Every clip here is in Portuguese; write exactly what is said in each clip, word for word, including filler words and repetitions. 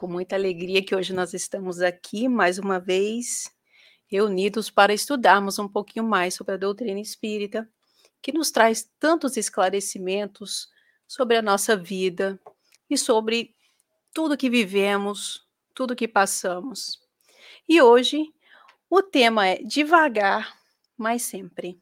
com muita alegria que hoje nós estamos aqui, mais uma vez, reunidos para estudarmos um pouquinho mais sobre a doutrina espírita, que nos traz tantos esclarecimentos sobre a nossa vida e sobre tudo que vivemos, tudo que passamos. E hoje o tema é devagar, mas sempre.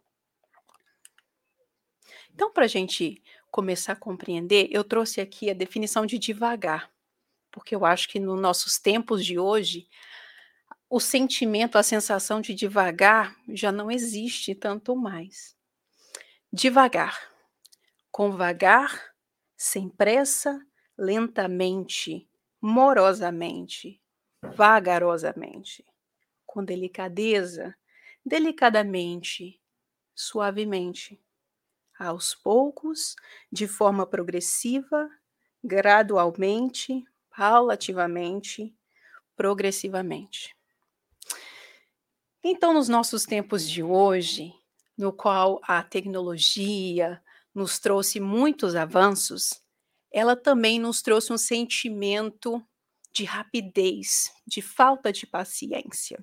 Então, para a gente começar a compreender, eu trouxe aqui a definição de devagar, porque eu acho que nos nossos tempos de hoje, o sentimento, a sensação de devagar já não existe tanto mais. Devagar, com vagar, sem pressa, lentamente, morosamente, vagarosamente, com delicadeza, delicadamente, suavemente, aos poucos, de forma progressiva, gradualmente, paulativamente, progressivamente. Então, nos nossos tempos de hoje, no qual a tecnologia nos trouxe muitos avanços, ela também nos trouxe um sentimento de rapidez, de falta de paciência.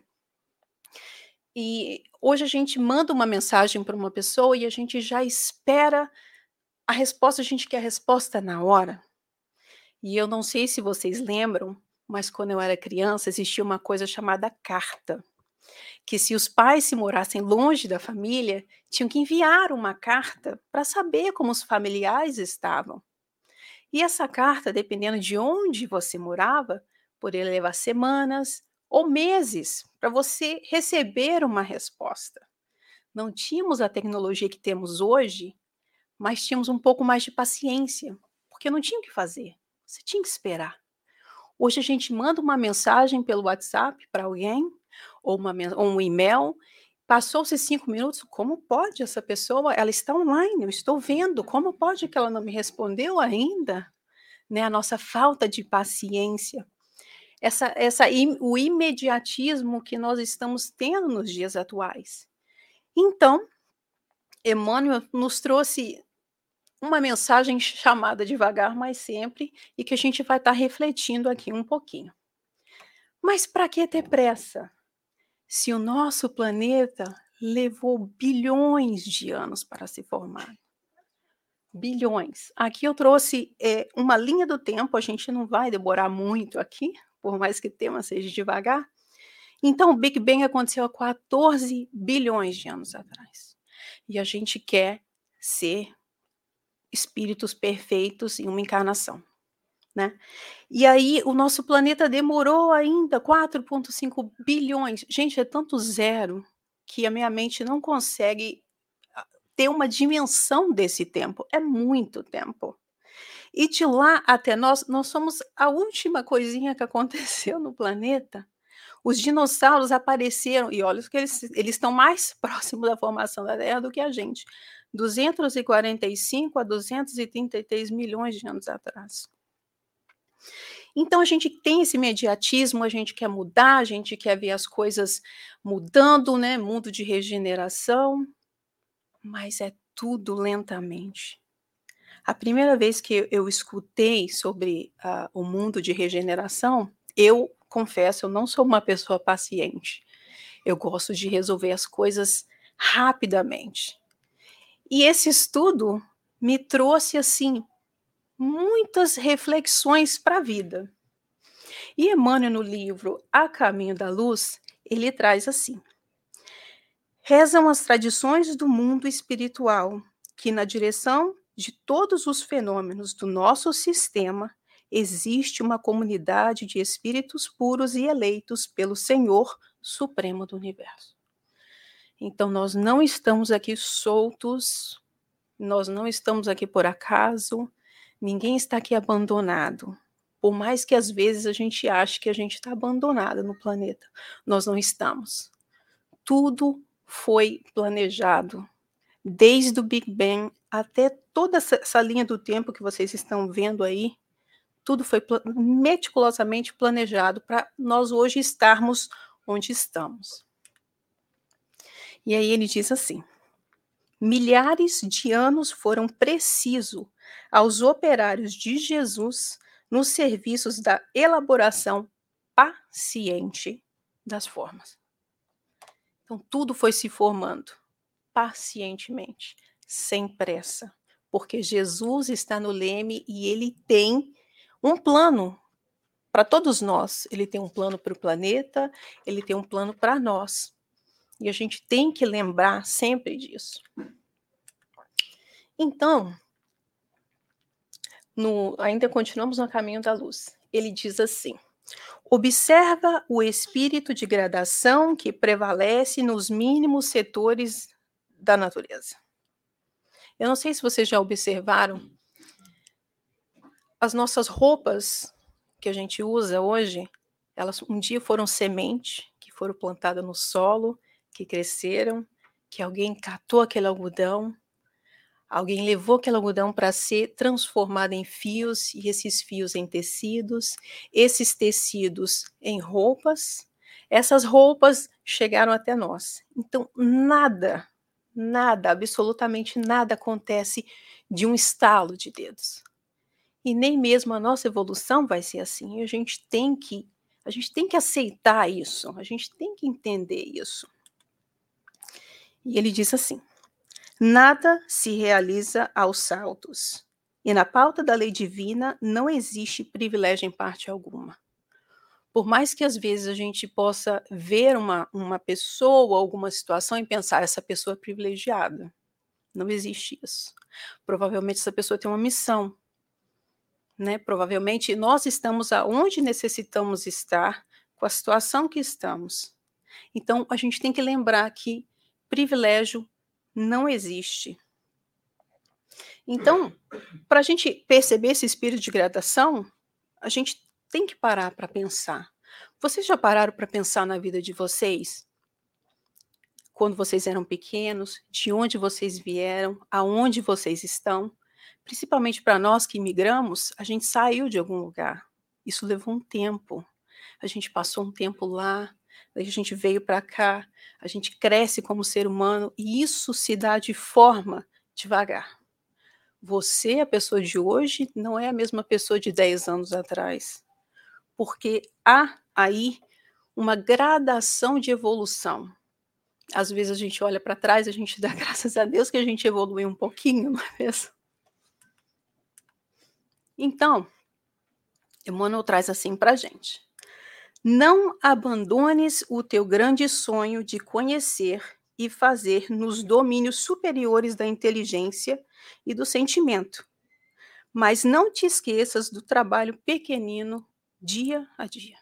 E hoje a gente manda uma mensagem para uma pessoa e a gente já espera a resposta, a gente quer a resposta na hora. E eu não sei se vocês lembram, mas quando eu era criança existia uma coisa chamada carta, que se os pais se morassem longe da família, tinham que enviar uma carta para saber como os familiares estavam. E essa carta, dependendo de onde você morava, poderia levar semanas ou meses para você receber uma resposta. Não tínhamos a tecnologia que temos hoje, mas tínhamos um pouco mais de paciência, porque não tinha o que fazer, você tinha que esperar. Hoje a gente manda uma mensagem pelo WhatsApp para alguém, ou, uma, ou um e-mail, passou-se cinco minutos, como pode essa pessoa, ela está online, eu estou vendo, como pode que ela não me respondeu ainda? Né, a nossa falta de paciência, essa, essa, o imediatismo que nós estamos tendo nos dias atuais. Então, Emmanuel nos trouxe uma mensagem chamada devagar, mas sempre, e que a gente vai estar refletindo aqui um pouquinho. Mas para que ter pressa? Se o nosso planeta levou bilhões de anos para se formar. Bilhões. Aqui eu trouxe é, uma linha do tempo, a gente não vai demorar muito aqui, por mais que o tema seja devagar. Então, o Big Bang aconteceu há quatorze bilhões de anos atrás. E a gente quer ser espíritos perfeitos em uma encarnação, né? E aí o nosso planeta demorou ainda quatro vírgula cinco bilhões. Gente, é tanto zero que a minha mente não consegue ter uma dimensão desse tempo. É muito tempo. E de lá até nós, nós somos a última coisinha que aconteceu no planeta. Os dinossauros apareceram, e olha que eles, eles estão mais próximos da formação da Terra do que a gente. duzentos e quarenta e cinco a duzentos e trinta e três milhões de anos atrás. Então a gente tem esse imediatismo, a gente quer mudar, a gente quer ver as coisas mudando, né? Mundo de regeneração, mas é tudo lentamente. A primeira vez que eu escutei sobre uh, o mundo de regeneração, eu confesso, eu não sou uma pessoa paciente. Eu gosto de resolver as coisas rapidamente. E esse estudo me trouxe, assim, muitas reflexões para a vida. E Emmanuel, no livro A Caminho da Luz, ele traz assim: rezam as tradições do mundo espiritual, que na direção de todos os fenômenos do nosso sistema existe uma comunidade de espíritos puros e eleitos pelo Senhor Supremo do Universo. Então, nós não estamos aqui soltos, nós não estamos aqui por acaso, ninguém está aqui abandonado. Por mais que às vezes a gente ache que a gente está abandonado no planeta, nós não estamos. Tudo foi planejado, desde o Big Bang até toda essa linha do tempo que vocês estão vendo aí, tudo foi meticulosamente planejado para nós hoje estarmos onde estamos. E aí ele diz assim: milhares de anos foram precisos aos operários de Jesus nos serviços da elaboração paciente das formas. Então, tudo foi se formando pacientemente, sem pressa, porque Jesus está no leme e ele tem um plano para todos nós. Ele tem um plano para o planeta, ele tem um plano para nós. E a gente tem que lembrar sempre disso. Então, no, ainda continuamos no caminho da luz. Ele diz assim: observa o espírito de gradação que prevalece nos mínimos setores da natureza. Eu não sei se vocês já observaram, as nossas roupas que a gente usa hoje, elas um dia foram semente, que foram plantadas no solo, que cresceram, que alguém catou aquele algodão, alguém levou aquele algodão para ser transformado em fios, e esses fios em tecidos, esses tecidos em roupas, essas roupas chegaram até nós. Então, nada, nada, absolutamente nada acontece de um estalo de dedos. E nem mesmo a nossa evolução vai ser assim. A gente tem que, a gente tem que aceitar isso, a gente tem que entender isso. E ele diz assim: nada se realiza aos saltos, e na pauta da lei divina não existe privilégio em parte alguma. Por mais que às vezes a gente possa ver uma, uma pessoa, alguma situação e pensar, essa pessoa é privilegiada. Não existe isso. Provavelmente essa pessoa tem uma missão. Né? Provavelmente nós estamos aonde necessitamos estar, com a situação que estamos. Então, a gente tem que lembrar que privilégio não existe. Então, para a gente perceber esse espírito de gradação, a gente tem que parar para pensar. Vocês já pararam para pensar na vida de vocês? Quando vocês eram pequenos, de onde vocês vieram, aonde vocês estão? Principalmente para nós que imigramos, a gente saiu de algum lugar. Isso levou um tempo. A gente passou um tempo lá, daí a gente veio para cá, a gente cresce como ser humano e isso se dá de forma devagar. Você, a pessoa de hoje, não é a mesma pessoa de dez anos atrás, porque há aí uma gradação de evolução. Às vezes a gente olha para trás, a gente dá graças a Deus que a gente evoluiu um pouquinho, não é mesmo? Então, Emmanuel traz assim para a gente: não abandones o teu grande sonho de conhecer e fazer nos domínios superiores da inteligência e do sentimento, mas não te esqueças do trabalho pequenino dia a dia.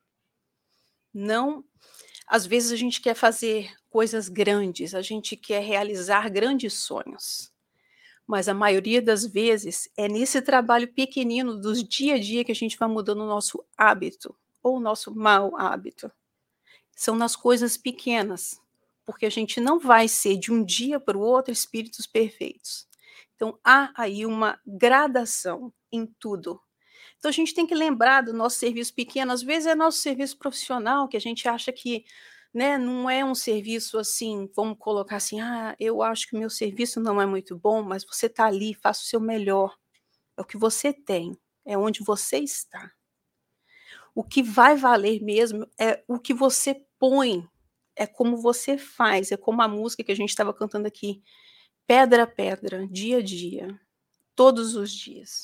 Não, às vezes a gente quer fazer coisas grandes, a gente quer realizar grandes sonhos. Mas a maioria das vezes é nesse trabalho pequenino dos dia a dia que a gente vai mudando o nosso hábito, ou o nosso mau hábito. São nas coisas pequenas, porque a gente não vai ser de um dia para o outro espíritos perfeitos. Então há aí uma gradação em tudo. Então a gente tem que lembrar do nosso serviço pequeno, às vezes é nosso serviço profissional, que a gente acha que, né, não é um serviço assim, vamos colocar assim, ah, eu acho que o meu serviço não é muito bom, mas você está ali, faça o seu melhor. É o que você tem, é onde você está. O que vai valer mesmo é o que você põe, é como você faz, é como a música que a gente estava cantando aqui, pedra a pedra, dia a dia, todos os dias.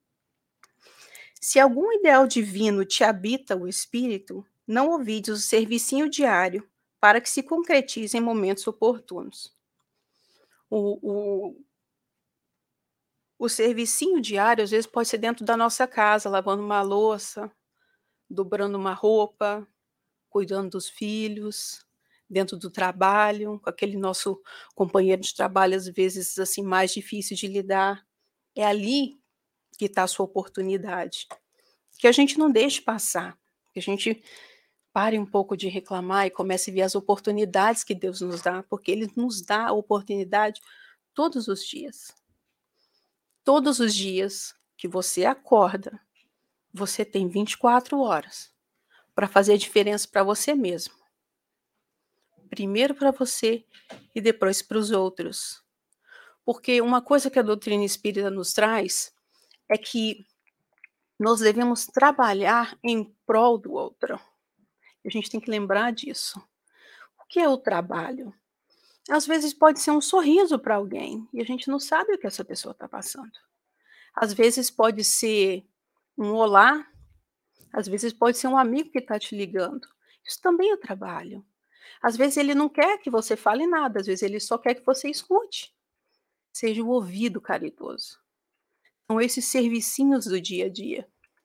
Se algum ideal divino te habita o espírito, não ouvides o servicinho diário para que se concretize em momentos oportunos. O, o, o servicinho diário, às vezes, pode ser dentro da nossa casa, lavando uma louça, dobrando uma roupa, cuidando dos filhos, dentro do trabalho, com aquele nosso companheiro de trabalho, às vezes, assim, mais difícil de lidar. É ali que está a sua oportunidade. Que a gente não deixe passar, que a gente pare um pouco de reclamar e comece a ver as oportunidades que Deus nos dá, porque Ele nos dá a oportunidade todos os dias. Todos os dias que você acorda, você tem vinte e quatro horas para fazer a diferença para você mesmo. Primeiro para você e depois para os outros. Porque uma coisa que a doutrina espírita nos traz é que nós devemos trabalhar em prol do outro. A gente tem que lembrar disso. O que é o trabalho? Às vezes pode ser um sorriso para alguém, e a gente não sabe o que essa pessoa está passando. Às vezes pode ser um olá, às vezes pode ser um amigo que está te ligando. Isso também é trabalho. Às vezes ele não quer que você fale nada, às vezes ele só quer que você escute. Seja o ouvido caridoso. São esses servicinhos do dia a dia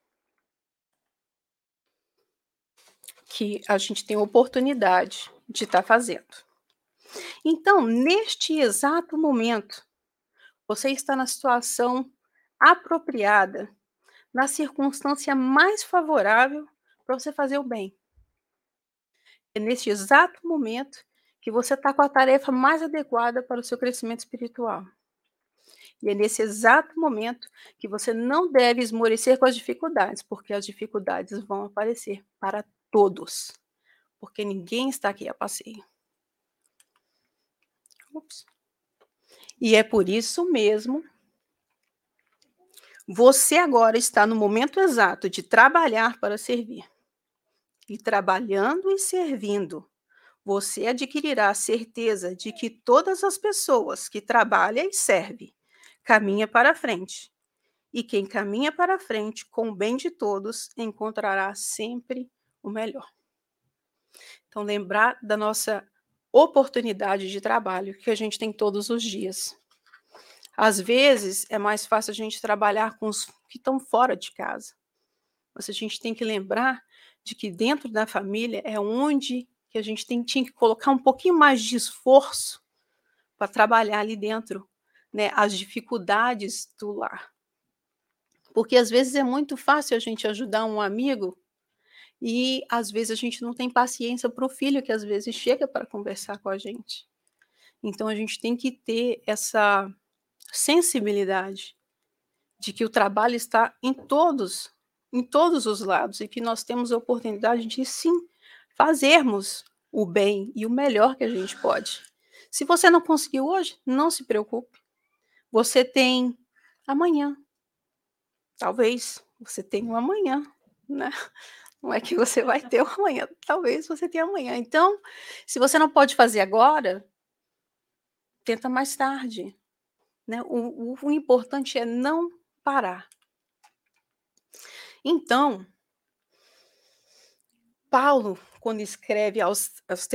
que a gente tem oportunidade de estar fazendo. Então, neste exato momento, você está na situação apropriada, na circunstância mais favorável para você fazer o bem. É neste exato momento que você está com a tarefa mais adequada para o seu crescimento espiritual. E é nesse exato momento que você não deve esmorecer com as dificuldades, porque as dificuldades vão aparecer para todos, porque ninguém está aqui a passeio. Ups. E é por isso mesmo, você agora está no momento exato de trabalhar para servir. E trabalhando e servindo, você adquirirá a certeza de que todas as pessoas que trabalham e servem caminham para a frente. E quem caminha para a frente com o bem de todos encontrará sempre o melhor. Então, lembrar da nossa oportunidade de trabalho que a gente tem todos os dias. Às vezes, é mais fácil a gente trabalhar com os que estão fora de casa. Mas a gente tem que lembrar de que dentro da família é onde que a gente tem, tinha que colocar um pouquinho mais de esforço para trabalhar ali dentro, né, as dificuldades do lar. Porque às vezes é muito fácil a gente ajudar um amigo e às vezes a gente não tem paciência para o filho que às vezes chega para conversar com a gente. Então a gente tem que ter essa sensibilidade de que o trabalho está em todos, em todos os lados e que nós temos a oportunidade de sim fazermos o bem e o melhor que a gente pode. Se você não conseguiu hoje, não se preocupe. Você tem amanhã. Talvez você tenha um amanhã, né? Não é que você vai ter um amanhã, talvez você tenha amanhã. Então, se você não pode fazer agora, tenta mais tarde, né? O, o, o importante é não parar. Então, Paulo, quando escreve aos, aos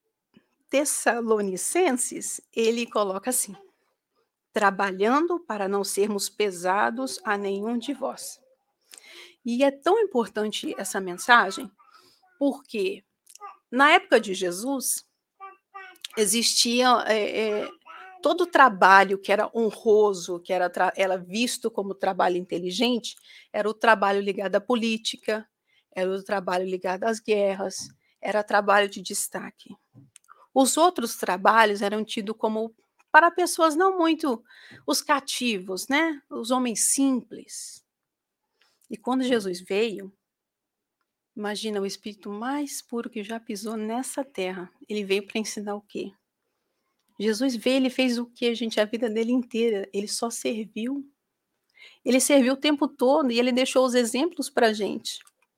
Tessalonicenses, ele coloca assim: trabalhando para não sermos pesados a nenhum de vós. E é tão importante essa mensagem, porque na época de Jesus, existia é, é, todo o trabalho que era honroso, que era, era visto como trabalho inteligente, era o trabalho ligado à política, era o trabalho ligado às guerras, era trabalho de destaque. Os outros trabalhos eram tidos como para pessoas não muito os cativos, né? Os homens simples. E quando Jesus veio, imagina o espírito mais puro que já pisou nessa terra. Ele veio para ensinar o quê? Jesus veio, ele fez o que, gente, a vida dele inteira? Ele só serviu. Ele serviu o tempo todo e ele deixou os exemplos para a gente.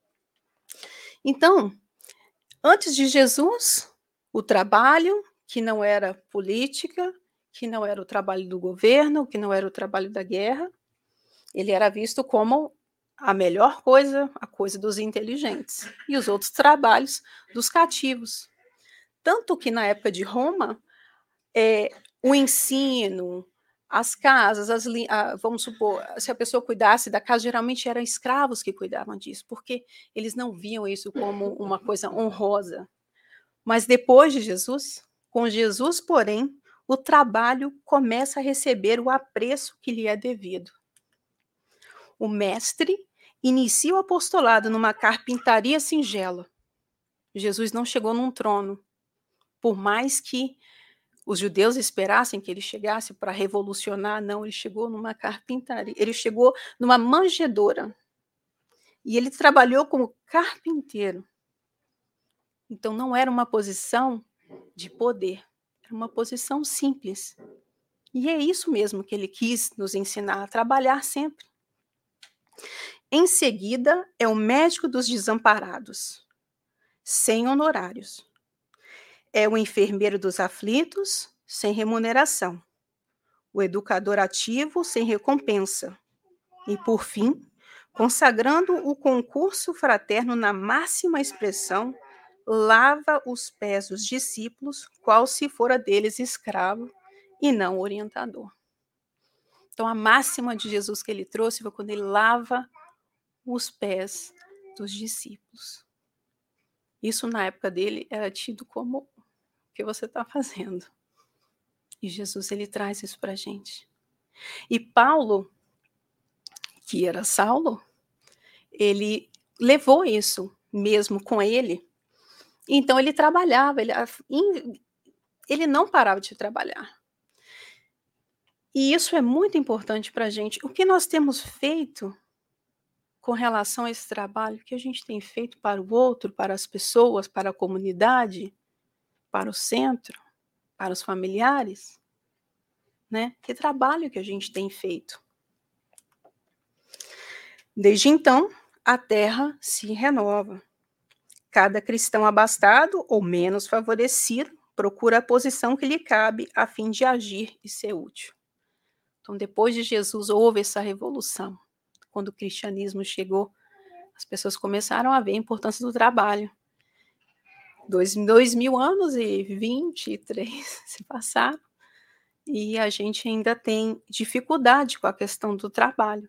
Então, antes de Jesus, o trabalho, que não era política, que não era o trabalho do governo, que não era o trabalho da guerra, ele era visto como a melhor coisa, a coisa dos inteligentes, e os outros trabalhos dos cativos. Tanto que na época de Roma, é, o ensino, as casas, as, a, vamos supor, se a pessoa cuidasse da casa, geralmente eram escravos que cuidavam disso, porque eles não viam isso como uma coisa honrosa. Mas depois de Jesus, com Jesus, porém, o trabalho começa a receber o apreço que lhe é devido. O mestre inicia o apostolado numa carpintaria singela. Jesus não chegou num trono, por mais que os judeus esperassem que ele chegasse para revolucionar, não, ele chegou numa carpintaria, ele chegou numa manjedoura. E ele trabalhou como carpinteiro. Então não era uma posição de poder, era uma posição simples. E é isso mesmo que ele quis nos ensinar, a trabalhar sempre. Em seguida, é o médico dos desamparados, sem honorários. É o enfermeiro dos aflitos, sem remuneração. O educador ativo, sem recompensa. E, por fim, consagrando o concurso fraterno na máxima expressão, lava os pés dos discípulos, qual se fora deles escravo e não orientador. Então, a máxima de Jesus que ele trouxe foi quando ele lava os pés dos discípulos. Isso, na época dele, era tido como o que você está fazendo. E Jesus, ele traz isso para a gente. E Paulo, que era Saulo, ele levou isso mesmo com ele. Então, ele trabalhava, ele, ele não parava de trabalhar. E isso é muito importante para a gente. O que nós temos feito com relação a esse trabalho, o que a gente tem feito para o outro, para as pessoas, para a comunidade, para o centro, para os familiares, né? Que trabalho que a gente tem feito? Desde então, a terra se renova. Cada cristão abastado ou menos favorecido procura a posição que lhe cabe a fim de agir e ser útil. Então, depois de Jesus, houve essa revolução. Quando o cristianismo chegou, as pessoas começaram a ver a importância do trabalho. Dois, dois mil anos e vinte e três se passaram e a gente ainda tem dificuldade com a questão do trabalho.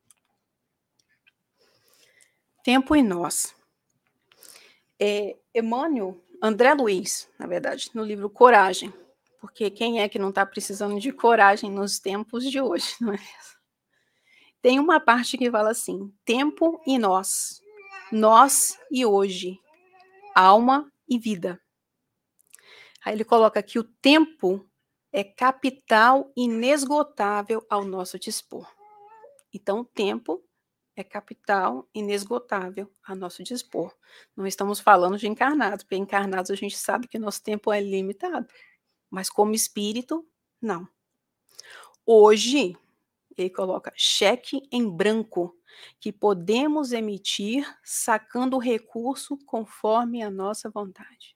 Tempo e nós. É, Emmanuel, André Luiz, na verdade, no livro Coragem, porque quem é que não está precisando de coragem nos tempos de hoje, não é? Tem uma parte que fala assim: tempo e nós, nós e hoje, alma e vida. Aí ele coloca que o tempo é capital inesgotável ao nosso dispor. Então, o tempo é capital inesgotável a nosso dispor. Não estamos falando de encarnados, porque encarnados a gente sabe que nosso tempo é limitado, mas como espírito, não. Hoje, ele coloca cheque em branco, que podemos emitir sacando o recurso conforme a nossa vontade.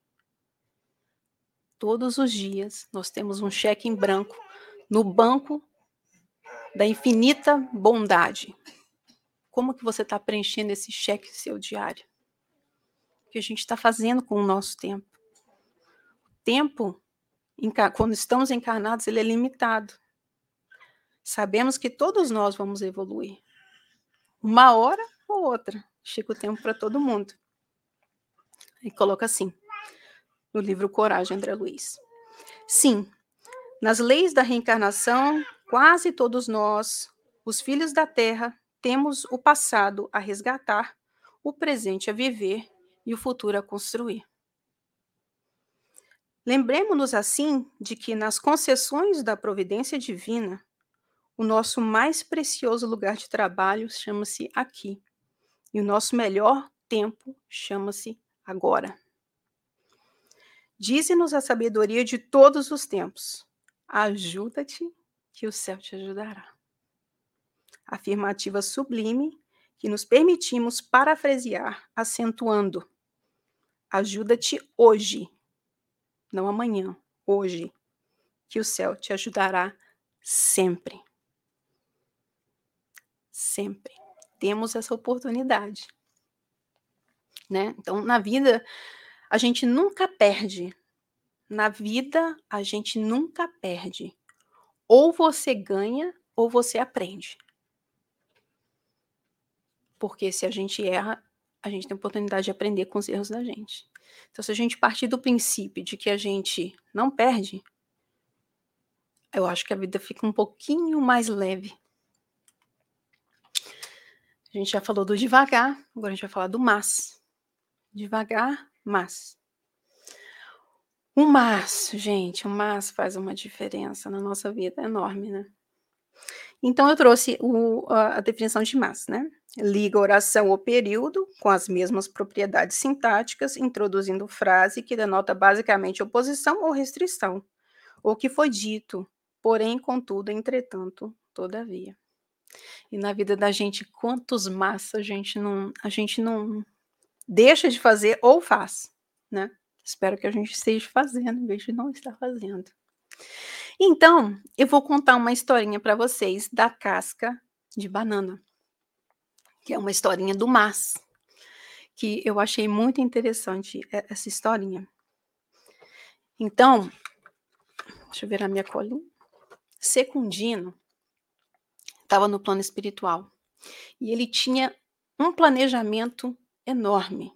Todos os dias nós temos um cheque em branco no banco da infinita bondade. Como que você está preenchendo esse cheque seu diário? O que a gente está fazendo com o nosso tempo? O tempo, quando estamos encarnados, ele é limitado. Sabemos que todos nós vamos evoluir. Uma hora ou outra. Chega o tempo para todo mundo. E coloca assim, no livro Coragem, André Luiz. Sim, nas leis da reencarnação, quase todos nós, os filhos da Terra, temos o passado a resgatar, o presente a viver e o futuro a construir. Lembremos-nos, assim, de que nas concessões da providência divina, o nosso mais precioso lugar de trabalho chama-se aqui, e o nosso melhor tempo chama-se agora. Dize-nos a sabedoria de todos os tempos: ajuda-te, que o céu te ajudará. Afirmativa sublime que nos permitimos parafrasear, acentuando: ajuda-te hoje, não amanhã, hoje, que o céu te ajudará sempre. Sempre. Temos essa oportunidade, né? Então, na vida, a gente nunca perde. Na vida, a gente nunca perde. Ou você ganha, ou você aprende. Porque se a gente erra, a gente tem a oportunidade de aprender com os erros da gente. Então, se a gente partir do princípio de que a gente não perde, eu acho que a vida fica um pouquinho mais leve. A gente já falou do devagar, agora a gente vai falar do mas. Devagar, mas. O mas, gente, o mas faz uma diferença na nossa vida, é enorme, né? Então, eu trouxe o, a, a definição de mas, né? Liga oração ou período com as mesmas propriedades sintáticas, introduzindo frase que denota basicamente oposição ou restrição, ou que foi dito, porém, contudo, entretanto, todavia. E na vida da gente, quantos mas a gente não a gente não deixa de fazer ou faz, né. Espero que a gente esteja fazendo em vez de não estar fazendo. Então, eu vou contar uma historinha para vocês da casca de banana, que é uma historinha do mas, que eu achei muito interessante e essa historinha. Então, deixa eu virar minha colinha. Secundino estava no plano espiritual, e ele tinha um planejamento enorme.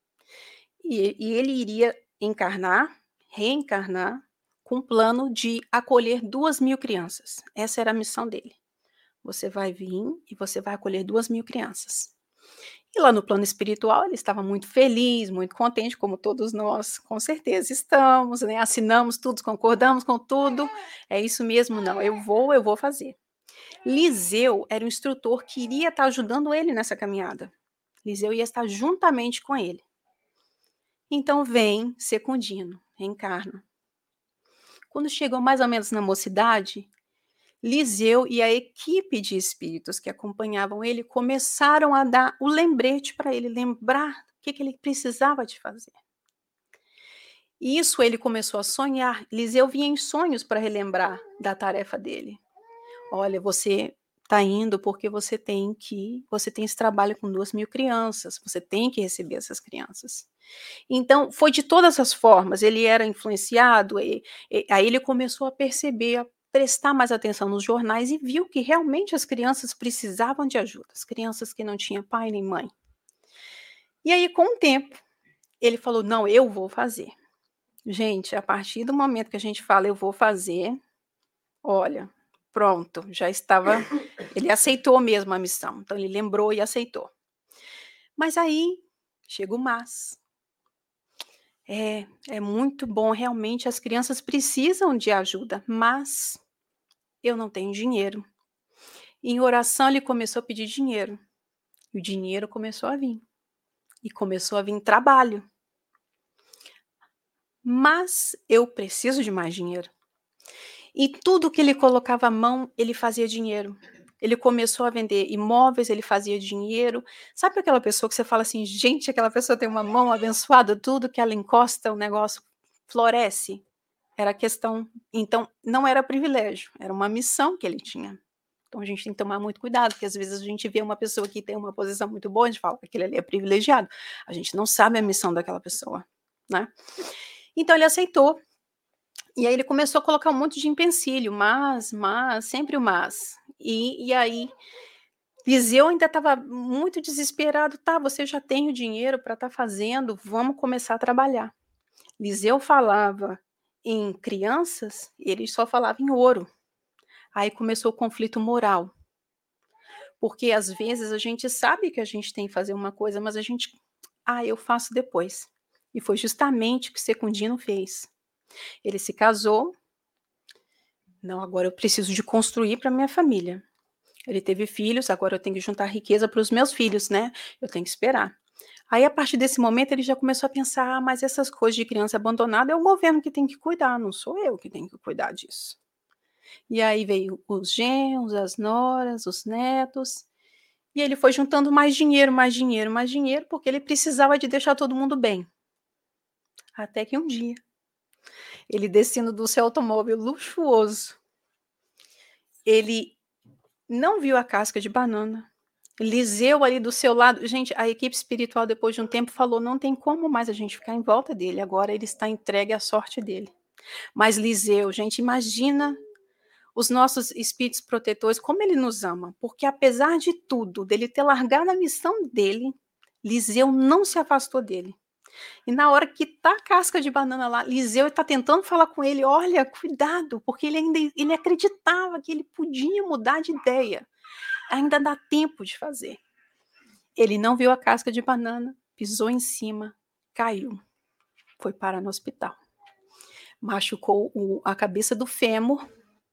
E e ele iria encarnar, reencarnar, com o plano de acolher duas mil crianças. Essa era a missão dele. Você vai vir e você vai acolher duas mil crianças. E lá no plano espiritual ele estava muito feliz, muito contente, como todos nós com certeza estamos, né, assinamos tudo, concordamos com tudo. É isso mesmo, não, eu vou, eu vou fazer. Liseu era o instrutor que iria estar ajudando ele nessa caminhada. Liseu ia estar juntamente com ele. Então vem Secundino, reencarna. Quando chegou mais ou menos na mocidade, Liseu e a equipe de espíritos que acompanhavam ele começaram a dar o lembrete para ele lembrar o que que ele precisava de fazer. Isso ele começou a sonhar, Liseu vinha em sonhos para relembrar da tarefa dele. "Olha, você está indo porque você tem que você tem esse trabalho com duas mil crianças, você tem que receber essas crianças". Então, foi de todas as formas, ele era influenciado, e e aí ele começou a perceber, a prestar mais atenção nos jornais e viu que realmente as crianças precisavam de ajuda, as crianças que não tinham pai nem mãe. E aí com o tempo, ele falou: "Não, eu vou fazer". Gente, a partir do momento que a gente fala: "Eu vou fazer", olha, pronto, já estava ele aceitou mesmo a missão, então ele lembrou e aceitou. Mas aí, chega o mas. É, é muito bom, realmente as crianças precisam de ajuda, mas eu não tenho dinheiro. Em oração ele começou a pedir dinheiro, e o dinheiro começou a vir, e começou a vir trabalho. Mas eu preciso de mais dinheiro. E tudo que ele colocava a mão, ele fazia dinheiro. Ele começou a vender imóveis, ele fazia dinheiro. Sabe aquela pessoa que você fala assim: "Gente, aquela pessoa tem uma mão abençoada, tudo que ela encosta, o negócio floresce"? Era questão então, não era privilégio, era uma missão que ele tinha. Então a gente tem que tomar muito cuidado, porque às vezes a gente vê uma pessoa que tem uma posição muito boa, a gente fala: "Aquele ali é privilegiado", a gente não sabe a missão daquela pessoa, né. Então ele aceitou, e aí ele começou a colocar um monte de empecilho, mas, mas, sempre o mas. E e aí, Liseu ainda estava muito desesperado: "Tá, você já tem o dinheiro para estar fazendo, vamos começar a trabalhar". Liseu falava em crianças, ele só falava em ouro. Aí começou o conflito moral. Porque às vezes a gente sabe que a gente tem que fazer uma coisa, mas a gente: "Ah, eu faço depois". E foi justamente o que Secundino fez. Ele se casou "Não, agora eu preciso de construir para minha família". Ele teve filhos, agora eu tenho que juntar riqueza para os meus filhos, né, eu tenho que esperar. Aí a partir desse momento ele já começou a pensar: "Ah, mas essas coisas de criança abandonada é o governo que tem que cuidar, não sou eu que tenho que cuidar disso". E aí veio os genros, as noras, os netos, e ele foi juntando mais dinheiro, mais dinheiro, mais dinheiro, porque ele precisava de deixar todo mundo bem. Até que um dia, ele descendo do seu automóvel luxuoso ele não viu a casca de banana. Liseu ali do seu lado gente, a equipe espiritual depois de um tempo falou: "Não tem como mais a gente ficar em volta dele, agora ele está entregue à sorte dele". Mas Liseu, gente, imagina os nossos espíritos protetores, como ele nos ama, porque apesar de tudo, dele ter largado a missão dele, Liseu não se afastou dele. E na hora que tá a casca de banana lá, Liseu está tentando falar com ele: "Olha, cuidado", porque ele ainda ele acreditava que ele podia mudar de ideia. Ainda dá tempo de fazer. Ele não viu a casca de banana, pisou em cima, caiu. Foi parar no hospital. Machucou o a cabeça do fêmur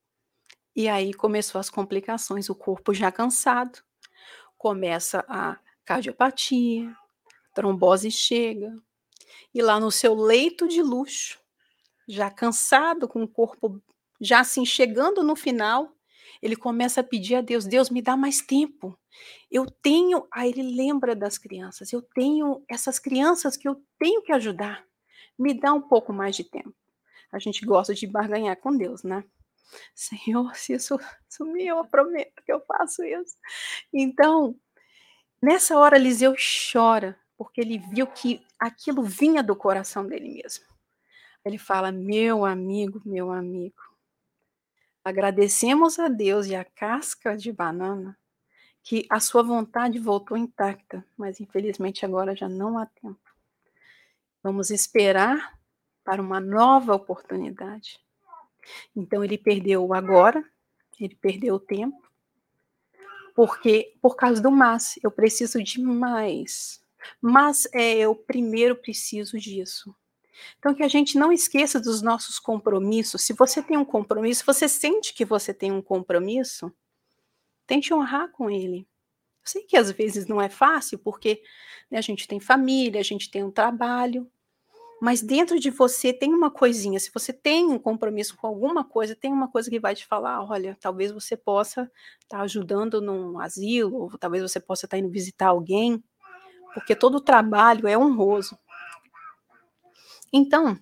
e aí começou as complicações, o corpo já cansado, começa a cardiopatia, trombose chega, e lá no seu leito de luxo, já cansado, com o corpo já assim chegando no final, Ele começa a pedir a Deus: "Deus, me dá mais tempo. Eu tenho", aí ele lembra das crianças: "Eu tenho essas crianças que eu tenho que ajudar. Me dá um pouco mais de tempo". A gente gosta de barganhar com Deus, né. "Senhor, se isso sumir, eu prometo que eu faço isso". Então, nessa hora Eliseu chora, porque ele viu que aquilo vinha do coração dele mesmo. Ele fala: "Meu amigo, meu amigo, agradecemos a Deus e a casca de banana que a sua vontade voltou intacta, mas infelizmente agora já não há tempo. Vamos esperar para uma nova oportunidade". Então ele perdeu o agora, ele perdeu o tempo, porque por causa do "mas", eu preciso de mais. Mas, eh, eu primeiro preciso disso. Então que a gente não esqueça dos nossos compromissos. Se você tem um compromisso, você sente que você tem um compromisso, tente honrar com ele. Eu sei que às vezes não é fácil, porque, né, a gente tem família, a gente tem um trabalho, mas dentro de você tem uma coisinha, se você tem um compromisso com alguma coisa, tem uma coisa que vai te falar: "Olha, talvez você possa estar ajudando num asilo, ou talvez você possa estar indo visitar alguém", porque todo trabalho é honroso. Então,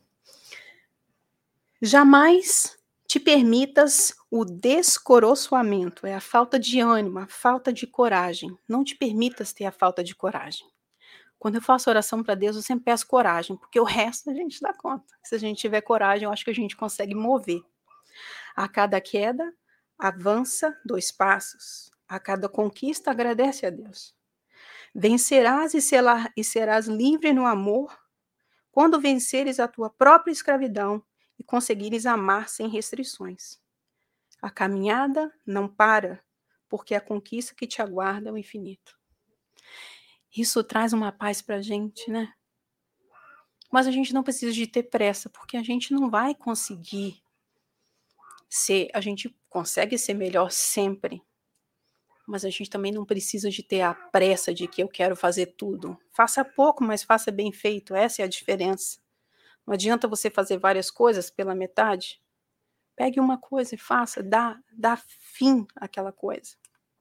jamais te permitas o descoroçoamento, é a falta de ânimo, a falta de coragem. Não te permitas ter a falta de coragem. Quando eu faço oração para Deus, eu sempre peço coragem, porque o resto a gente dá conta. Se a gente tiver coragem, eu acho que a gente consegue mover. A cada queda, avança dois passos. A cada conquista, agradece a Deus. Vencerás e será- e serás livre no amor quando venceres a tua própria escravidão e conseguires amar sem restrições. A caminhada não para, porque a conquista que te aguarda é o infinito. Isso traz uma paz para a gente, né? Mas a gente não precisa de ter pressa, porque a gente não vai conseguir ser, a gente consegue ser melhor sempre, mas a gente também não precisa de ter a pressa de que eu quero fazer tudo. Faça pouco, mas faça bem feito, essa é a diferença. Não adianta você fazer várias coisas pela metade. Pegue uma coisa e faça, dá, dá fim àquela coisa.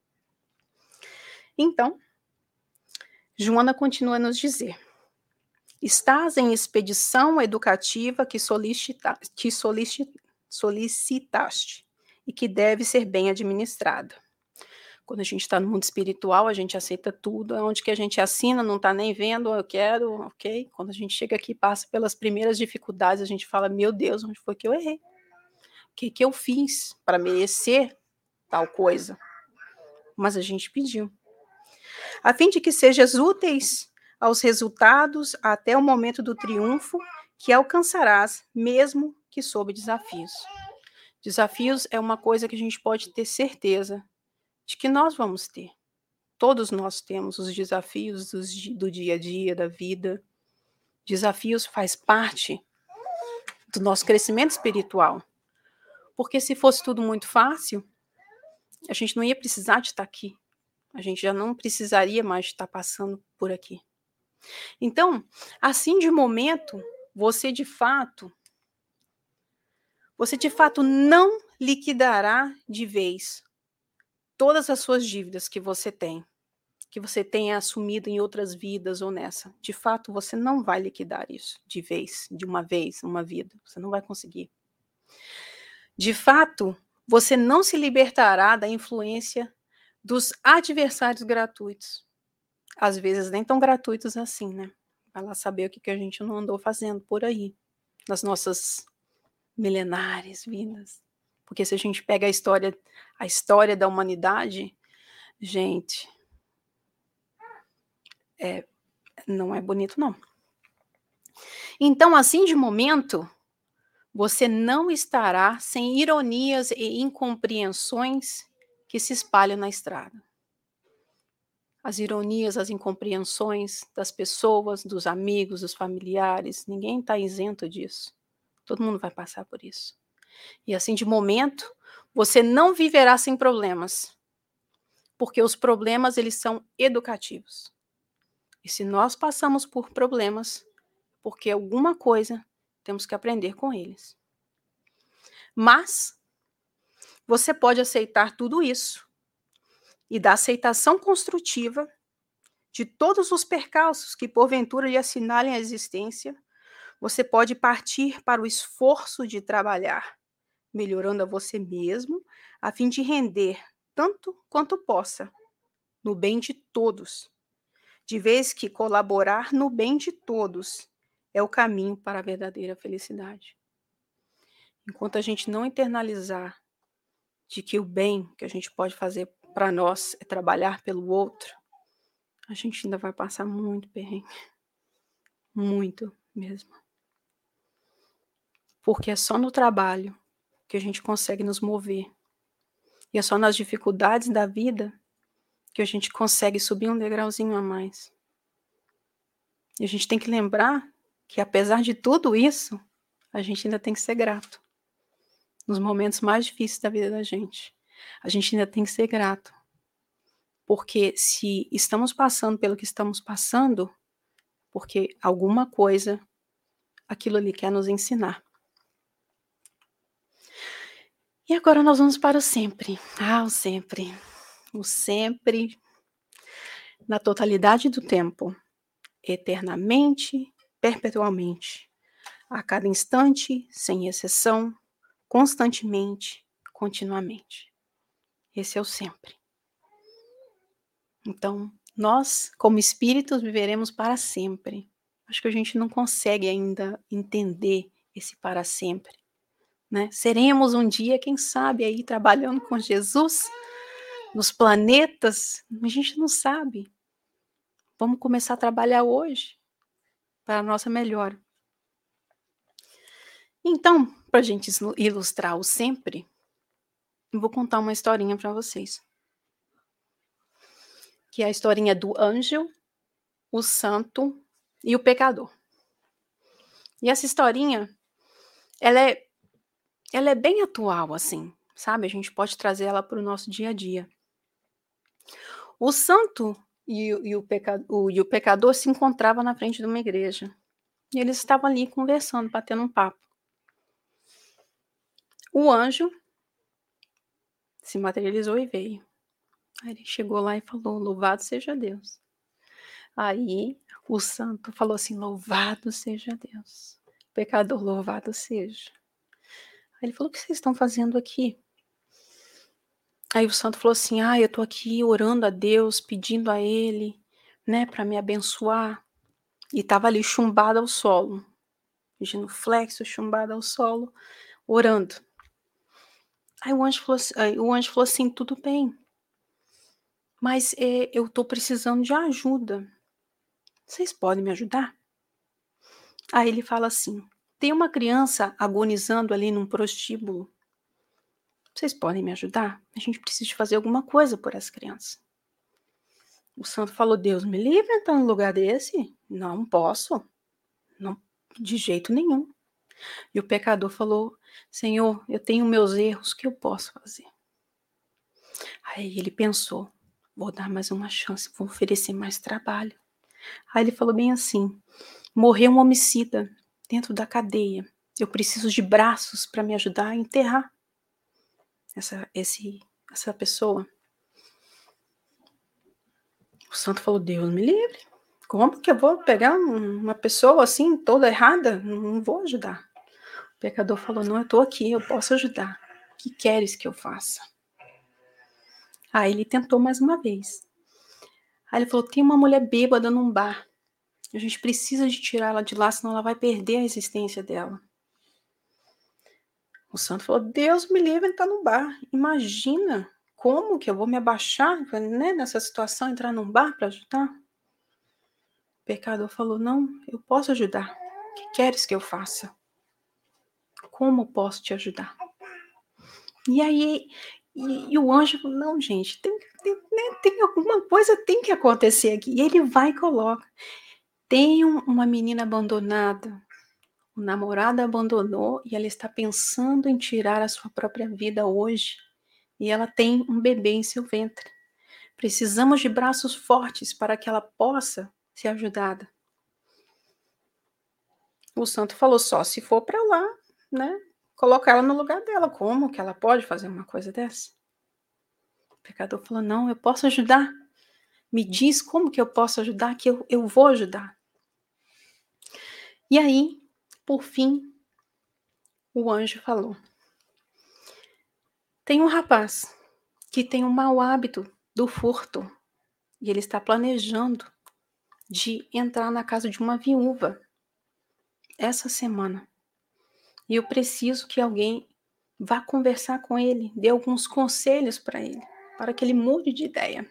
Então, Joana continua a nos dizer: estás em expedição educativa que, solicita, que solici, solicitaste e que deve ser bem administrada. Quando a gente está no mundo espiritual, a gente aceita tudo, é onde que a gente assina, não está nem vendo, eu quero, ok? Quando a gente chega aqui e passa pelas primeiras dificuldades, a gente fala: meu Deus, onde foi que eu errei? O que, que eu fiz para merecer tal coisa? Mas a gente pediu. A fim de que sejas úteis aos resultados até o momento do triunfo que alcançarás, mesmo que sob desafios. Desafios é uma coisa que a gente pode ter certeza de que nós vamos ter. Todos nós temos os desafios dos, do dia a dia, da vida. Desafios faz parte do nosso crescimento espiritual. Porque se fosse tudo muito fácil, a gente não ia precisar de estar aqui. A gente já não precisaria mais de estar passando por aqui. Então, assim de momento, você de fato, você de fato não liquidará de vez todas as suas dívidas que você tem, que você tenha assumido em outras vidas ou nessa. De fato, você não vai liquidar isso de vez, de uma vez, uma vida. Você não vai conseguir. De fato, você não se libertará da influência dos adversários gratuitos. Às vezes nem tão gratuitos assim, né? Vai lá saber o que, que a gente não andou fazendo por aí, nas nossas milenares vidas. Porque se a gente pega a história, a história da humanidade, gente, é, não é bonito, não. Então, assim de momento, você não estará sem ironias e incompreensões que se espalham na estrada. As ironias, as incompreensões das pessoas, dos amigos, dos familiares, ninguém está isento disso. Todo mundo vai passar por isso. E assim, de momento, você não viverá sem problemas, porque os problemas, eles são educativos. E se nós passamos por problemas, porque alguma coisa temos que aprender com eles. Mas Você pode aceitar tudo isso e da aceitação construtiva de todos os percalços que porventura lhe assinalem a existência, você pode partir para o esforço de trabalhar, melhorando a você mesmo, a fim de render tanto quanto possa, no bem de todos, de vez que colaborar no bem de todos é o caminho para a verdadeira felicidade. Enquanto a gente não internalizar de que o bem que a gente pode fazer para nós é trabalhar pelo outro, a gente ainda vai passar muito perrengue. Muito mesmo. Porque é só no trabalho que a gente consegue nos mover. E é só nas dificuldades da vida que a gente consegue subir um degrauzinho a mais. E a gente tem que lembrar que, apesar de tudo isso, a gente ainda tem que ser grato. Nos momentos mais difíceis da vida da gente. A gente ainda tem que ser grato. Porque se estamos passando pelo que estamos passando, porque alguma coisa aquilo ali quer nos ensinar. E agora nós vamos para o sempre. Ah, o sempre. O sempre, na totalidade do tempo, eternamente, perpetualmente, a cada instante, sem exceção, constantemente, continuamente. Esse é o sempre. Então, nós, como espíritos, viveremos para sempre. Acho que a gente não consegue ainda entender esse para sempre. Né? Seremos um dia, quem sabe, aí trabalhando com Jesus, nos planetas, a gente não sabe. Vamos começar a trabalhar hoje para a nossa melhora. Então, para a gente ilustrar o sempre, eu vou contar uma historinha para vocês. Que é a historinha do anjo, o santo e o pecador. E essa historinha, ela é, ela é bem atual, assim, sabe? A gente pode trazer ela para o nosso dia a dia. O santo e, e, o peca, o, e o pecador se encontravam na frente de uma igreja. E eles estavam ali conversando, batendo um papo. O anjo se materializou e veio. Aí ele chegou lá e falou, louvado seja Deus. Aí o santo falou assim, louvado seja Deus. O pecador, louvado seja. Aí ele falou, o que vocês estão fazendo aqui? Aí o santo falou assim, ah, eu tô aqui orando a Deus, pedindo a ele, né, para me abençoar. E tava ali chumbado ao solo, genuflexo, chumbado ao solo, orando. Aí o anjo falou assim, aí o anjo falou assim, tudo bem, mas é, eu tô precisando de ajuda. Vocês podem me ajudar? Aí ele fala assim, tem uma criança agonizando ali num prostíbulo. Vocês podem me ajudar? A gente precisa de fazer alguma coisa por essa criança. O santo falou, Deus me livre de entrar num lugar desse? Não posso. Não, de jeito nenhum. E o pecador falou, Senhor, eu tenho meus erros, o que eu posso fazer? Aí ele pensou, vou dar mais uma chance, vou oferecer mais trabalho. Aí ele falou bem assim, morreu um homicida dentro da cadeia. Eu preciso de braços para me ajudar a enterrar essa, esse, essa pessoa. O santo falou, Deus me livre. Como que eu vou pegar um, uma pessoa assim, toda errada? Não, não vou ajudar. O pecador falou, não, eu estou aqui, eu posso ajudar. O que queres que eu faça? Aí ele tentou mais uma vez. Aí ele falou, tem uma mulher bêbada num bar. A gente precisa de tirar ela de lá, senão ela vai perder a existência dela. O santo falou, Deus me livre, ele está no bar. Imagina como que eu vou me abaixar, né, nessa situação, entrar num bar para ajudar? O pecador falou, não, eu posso ajudar. O que queres que eu faça? Como posso te ajudar? E aí, e, e o anjo falou, não, gente, tem, tem, né, tem alguma coisa tem que acontecer aqui. E ele vai e coloca. Tem um, uma menina abandonada, o namorado abandonou e ela está pensando em tirar a sua própria vida hoje. E ela tem um bebê em seu ventre. Precisamos de braços fortes para que ela possa ser ajudada. O santo falou, só se for para lá, né? colocar ela no lugar dela. Como que ela pode fazer uma coisa dessa? O pecador falou: não, eu posso ajudar. Me diz como que eu posso ajudar, que eu, eu vou ajudar. E aí, por fim, o anjo falou: tem um rapaz que tem um mau hábito do furto e ele está planejando de entrar na casa de uma viúva essa semana. E eu preciso que alguém vá conversar com ele, dê alguns conselhos para ele, para que ele mude de ideia.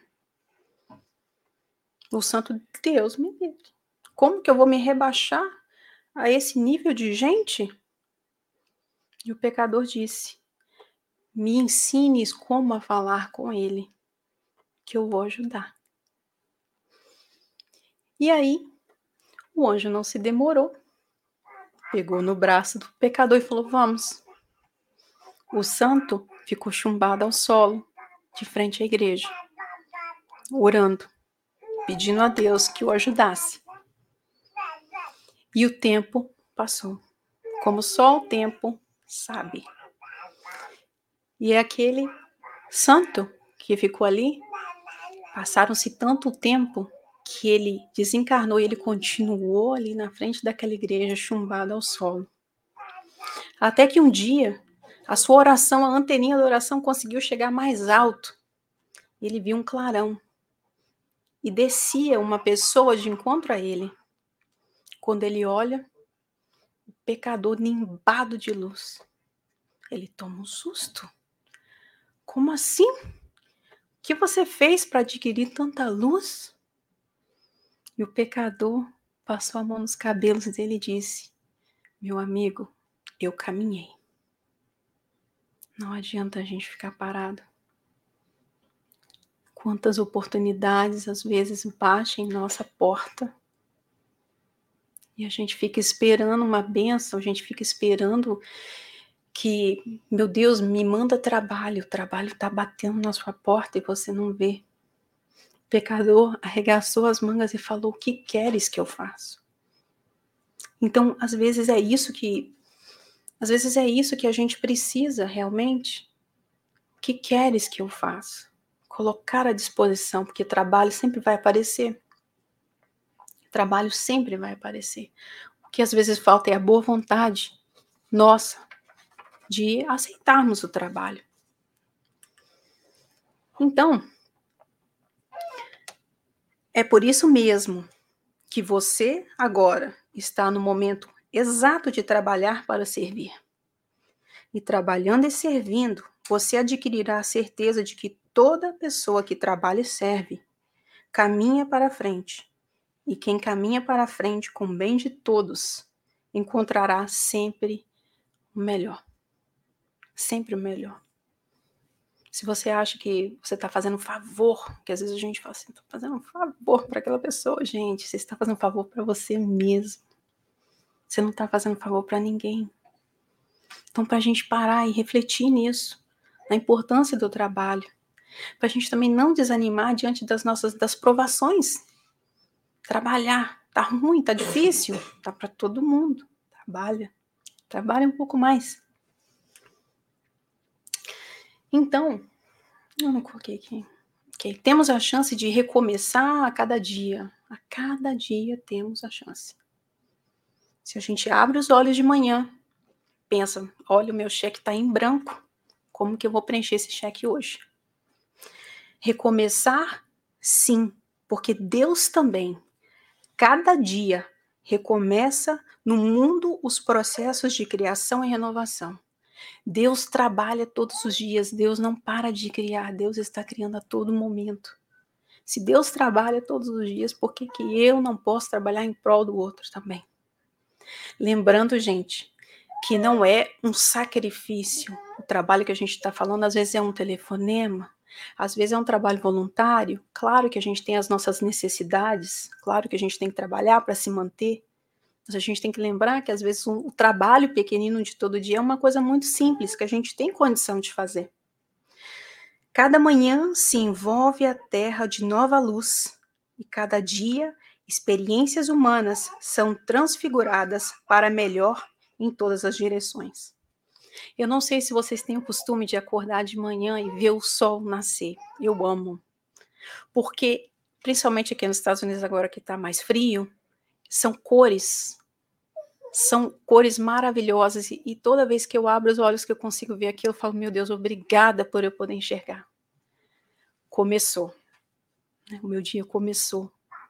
O santo Deus me livre. Como que eu vou me rebaixar a esse nível de gente? E o pecador disse: me ensines como a falar com ele, que eu vou ajudar. E aí, o anjo não se demorou, pegou no braço do pecador e falou: vamos. O santo ficou chumbado ao solo, de frente à igreja, orando, pedindo a Deus que o ajudasse. E o tempo passou, como só o tempo sabe. E é aquele santo que ficou ali, passaram-se tanto tempo que ele desencarnou e ele continuou ali na frente daquela igreja, chumbado ao solo. Até que um dia, a sua oração, a anteninha da oração conseguiu chegar mais alto. Ele viu um clarão. E descia uma pessoa de encontro a ele. Quando ele olha, o pecador nimbado de luz. Ele toma um susto. Como assim? O que você fez para adquirir tanta luz? E o pecador passou a mão nos cabelos dele e disse: meu amigo, eu caminhei. Não adianta a gente ficar parado. Quantas oportunidades às vezes batem em nossa porta e a gente fica esperando uma bênção, a gente fica esperando que, meu Deus, me manda trabalho, o trabalho está batendo na sua porta e você não vê. O pecador arregaçou as mangas e falou: o que queres que eu faça? Então, às vezes é isso que, às vezes é isso que a gente precisa realmente. O que queres que eu faça? Colocar à disposição, porque trabalho sempre vai aparecer. Trabalho sempre vai aparecer. O que às vezes falta é a boa vontade nossa de aceitarmos o trabalho. Então, é por isso mesmo que você agora está no momento exato de trabalhar para servir. E trabalhando e servindo, você adquirirá a certeza de que toda pessoa que trabalha e serve caminha para frente. E quem caminha para frente com o bem de todos encontrará sempre o melhor. Sempre o melhor. Se você acha que você está fazendo um favor, que às vezes a gente fala assim, estou fazendo um favor para aquela pessoa, gente, você está fazendo um favor para você mesmo. Você não está fazendo um favor para ninguém. Então, para a gente parar e refletir nisso, na importância do trabalho, para a gente também não desanimar diante das nossas das provações. Trabalhar, tá ruim, tá difícil, tá para todo mundo. Trabalha, trabalha um pouco mais. Então, eu não coloquei aqui. Okay. Temos a chance de recomeçar a cada dia. A cada dia temos a chance. Se a gente abre os olhos de manhã, pensa, olha, o meu cheque está em branco. Como que eu vou preencher esse cheque hoje? Recomeçar, sim, porque Deus também, cada dia, recomeça no mundo os processos de criação e renovação. Deus trabalha todos os dias, Deus não para de criar, Deus está criando a todo momento. Se Deus trabalha todos os dias, por que que eu não posso trabalhar em prol do outro também? Lembrando, gente, que não é um sacrifício. O trabalho que a gente está falando, às vezes é um telefonema, às vezes é um trabalho voluntário. Claro que a gente tem as nossas necessidades, claro que a gente tem que trabalhar para se manter, mas a gente tem que lembrar que às vezes o trabalho pequenino de todo dia é uma coisa muito simples, que a gente tem condição de fazer. Cada manhã se envolve a terra de nova luz, e cada dia experiências humanas são transfiguradas para melhor em todas as direções. Eu não sei se vocês têm o costume de acordar de manhã e ver o sol nascer. Eu amo, porque principalmente aqui nos Estados Unidos agora que está mais frio, são cores, são cores maravilhosas e, e toda vez que eu abro os olhos que eu consigo ver aquilo, eu falo, meu Deus, obrigada por eu poder enxergar. Começou, né? O meu dia começou.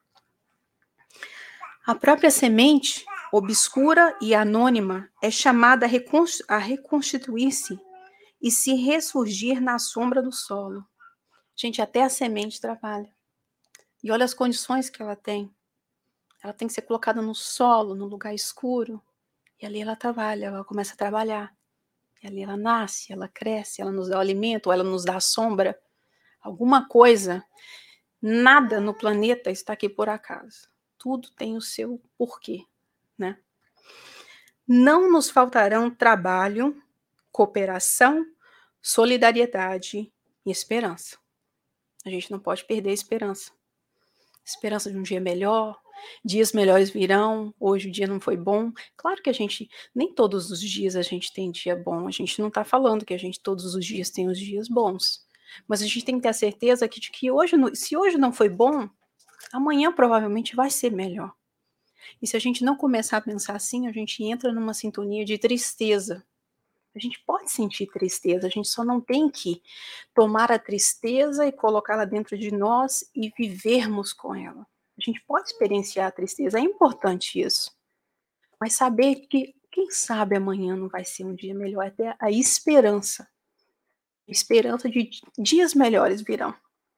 A própria semente, obscura e anônima, é chamada a, reconst- a reconstituir-se e se ressurgir na sombra do solo. Gente, até a semente trabalha. E olha as condições que ela tem. Ela tem que ser colocada no solo, num lugar escuro. E ali ela trabalha, ela começa a trabalhar. E ali ela nasce, ela cresce, ela nos dá o alimento, ou ela nos dá a sombra. Alguma coisa, nada no planeta está aqui por acaso. Tudo tem o seu porquê, né? Não nos faltarão trabalho, cooperação, solidariedade e esperança. A gente não pode perder a esperança. Esperança de um dia melhor, dias melhores virão, hoje o dia não foi bom. Claro que a gente, nem todos os dias a gente tem dia bom, a gente não está falando que a gente todos os dias tem os dias bons. Mas a gente tem que ter a certeza que, de que hoje, se hoje não foi bom, amanhã provavelmente vai ser melhor. E se a gente não começar a pensar assim, a gente entra numa sintonia de tristeza. A gente pode sentir tristeza, a gente só não tem que tomar a tristeza e colocá-la dentro de nós e vivermos com ela. A gente pode experienciar a tristeza, é importante isso. Mas saber que, quem sabe amanhã não vai ser um dia melhor, até a esperança. A esperança de dias melhores virão.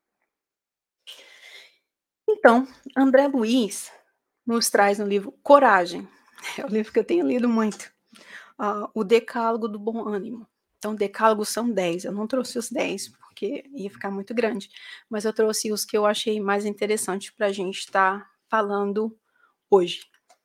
Então, André Luiz nos traz no livro Coragem, é o livro que eu tenho lido muito, uh, o Decálogo do Bom Ânimo. Então, decálogos são dez, eu não trouxe os dez, porque ia ficar muito grande, mas eu trouxe os que eu achei mais interessantes para a gente estar tá falando hoje.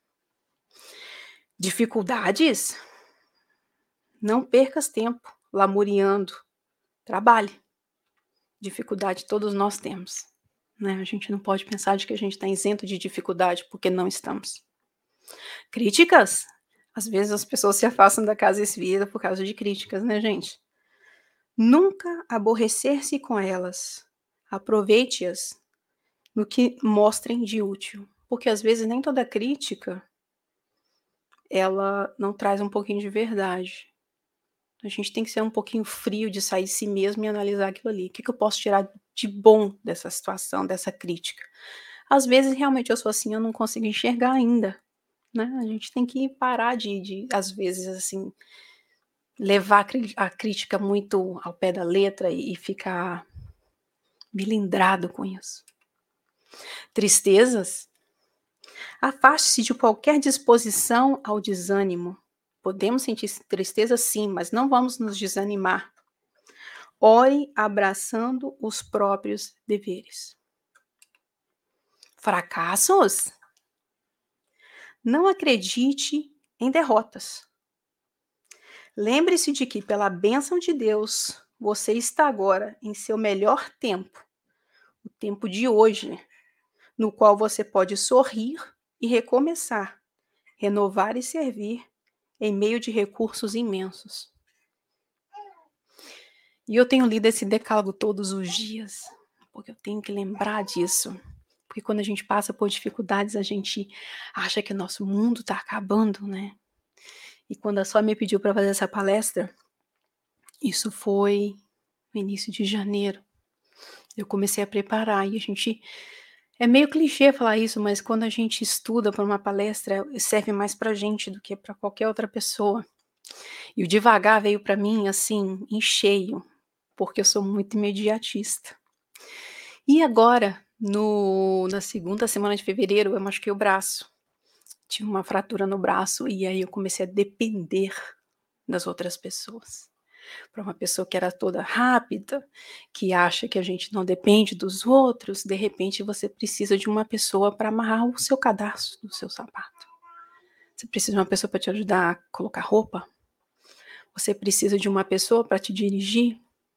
Dificuldades? Não percas tempo lamuriando, trabalhe. Dificuldade todos nós temos, né? A gente não pode pensar de que a gente está isento de dificuldade, porque não estamos. Críticas? Às vezes as pessoas se afastam da casa espírita por causa de críticas, né, gente? Nunca aborrecer-se com elas. Aproveite-as no que mostrem de útil. Porque às vezes nem toda crítica ela não traz um pouquinho de verdade. A gente tem que ser um pouquinho frio de sair de si mesmo e analisar aquilo ali. O que, que eu posso tirar de bom dessa situação, dessa crítica? Às vezes realmente eu sou assim, eu não consigo enxergar ainda. Né? A gente tem que parar de, de às vezes, assim, levar a crítica muito ao pé da letra e, e ficar milindrado com isso. Tristezas? Afaste-se de qualquer disposição ao desânimo. Podemos sentir tristeza sim, mas não vamos nos desanimar. Ore abraçando os próprios deveres. Fracassos? Não acredite em derrotas. Lembre-se de que, pela bênção de Deus, você está agora em seu melhor tempo, o tempo de hoje, no qual você pode sorrir e recomeçar, renovar e servir em meio de recursos imensos. E eu tenho lido esse decálogo todos os dias, porque eu tenho que lembrar disso. Porque quando a gente passa por dificuldades, a gente acha que o nosso mundo está acabando, né? E quando a Só me pediu para fazer essa palestra, isso foi no início de janeiro. Eu comecei a preparar e a gente... É meio clichê falar isso, mas quando a gente estuda para uma palestra, serve mais para a gente do que para qualquer outra pessoa. E o devagar veio para mim, assim, em cheio, porque eu sou muito imediatista. E agora, no, na segunda semana de fevereiro, eu machuquei o braço. Tive uma fratura no braço e aí eu comecei a depender das outras pessoas. Para uma pessoa que era toda rápida, que acha que a gente não depende dos outros, de repente você precisa de uma pessoa para amarrar o seu cadarço do seu sapato. Você precisa de uma pessoa para te ajudar a colocar roupa. Você precisa de uma pessoa para te dirigir.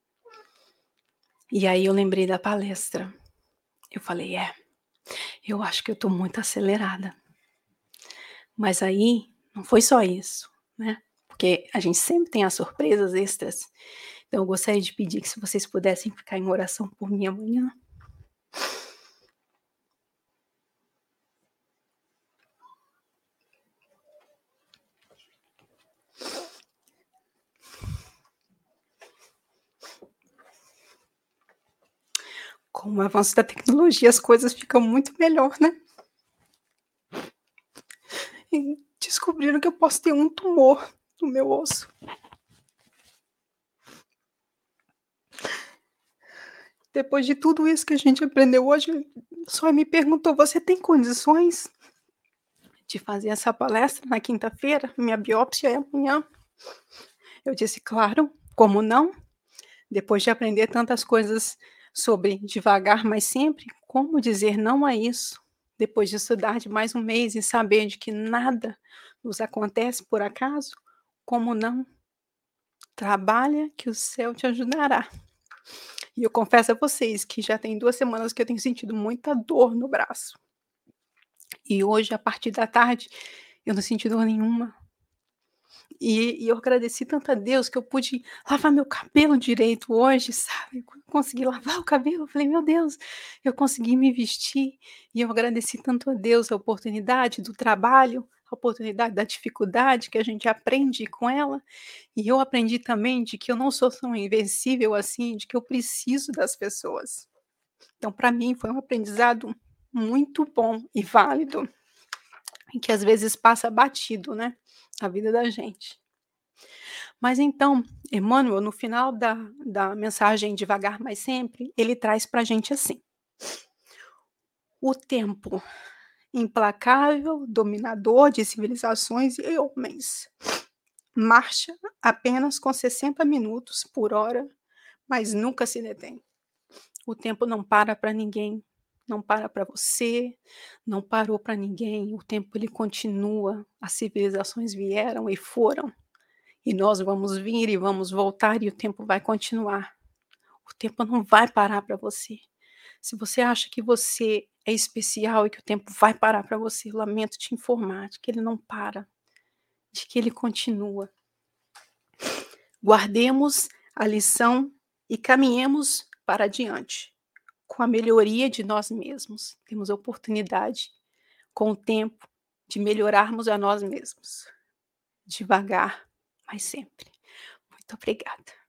E aí eu lembrei da palestra. Eu falei, é, eu acho que eu estou muito acelerada. Mas aí não foi só isso, né? porque a gente sempre tem as surpresas extras. Então eu gostaria de pedir que se vocês pudessem ficar em oração por mim amanhã. Com o avanço da tecnologia, as coisas ficam muito melhor, né? E descobriram que eu posso ter um tumor no meu osso. Depois de tudo isso que a gente aprendeu hoje, só me perguntou: "Você tem condições de fazer essa palestra na quinta-feira? Minha biópsia é amanhã". Eu disse: "Claro, como não?". Depois de aprender tantas coisas sobre devagar, mas sempre, como dizer não a isso? Depois de estudar de mais um mês e saber de que nada nos acontece por acaso, como não? Trabalha que o céu te ajudará. E eu confesso a vocês que já tem duas semanas que eu tenho sentido muita dor no braço. E hoje, a partir da tarde, eu não senti dor nenhuma. E e eu agradeci tanto a Deus que eu pude lavar meu cabelo direito hoje, sabe. Quando eu consegui lavar o cabelo, eu falei: "Meu Deus, eu consegui me vestir". E eu agradeci tanto a Deus a oportunidade do trabalho, a oportunidade da dificuldade que a gente aprende com ela. E eu aprendi também de que eu não sou tão invencível assim, de que eu preciso das pessoas. Então para mim foi um aprendizado muito bom e válido, e que às vezes passa batido, né, na vida da gente. Mas então, Emmanuel, no final da da mensagem Devagar, mas sempre, ele traz para a gente assim: "O tempo, implacável, dominador de civilizações e homens, marcha apenas com sessenta minutos por hora, mas nunca se detém. O tempo não para para ninguém, não para para você, não parou para ninguém, o tempo ele continua, as civilizações vieram e foram, e nós vamos vir e vamos voltar e o tempo vai continuar. O tempo não vai parar para você. Se você acha que você é especial e que o tempo vai parar para você, eu lamento te informar de que ele não para, de que ele continua. Guardemos a lição e caminhemos para adiante, com a melhoria de nós mesmos. Temos a oportunidade, com o tempo, de melhorarmos a nós mesmos. Devagar, mas sempre. Muito obrigada".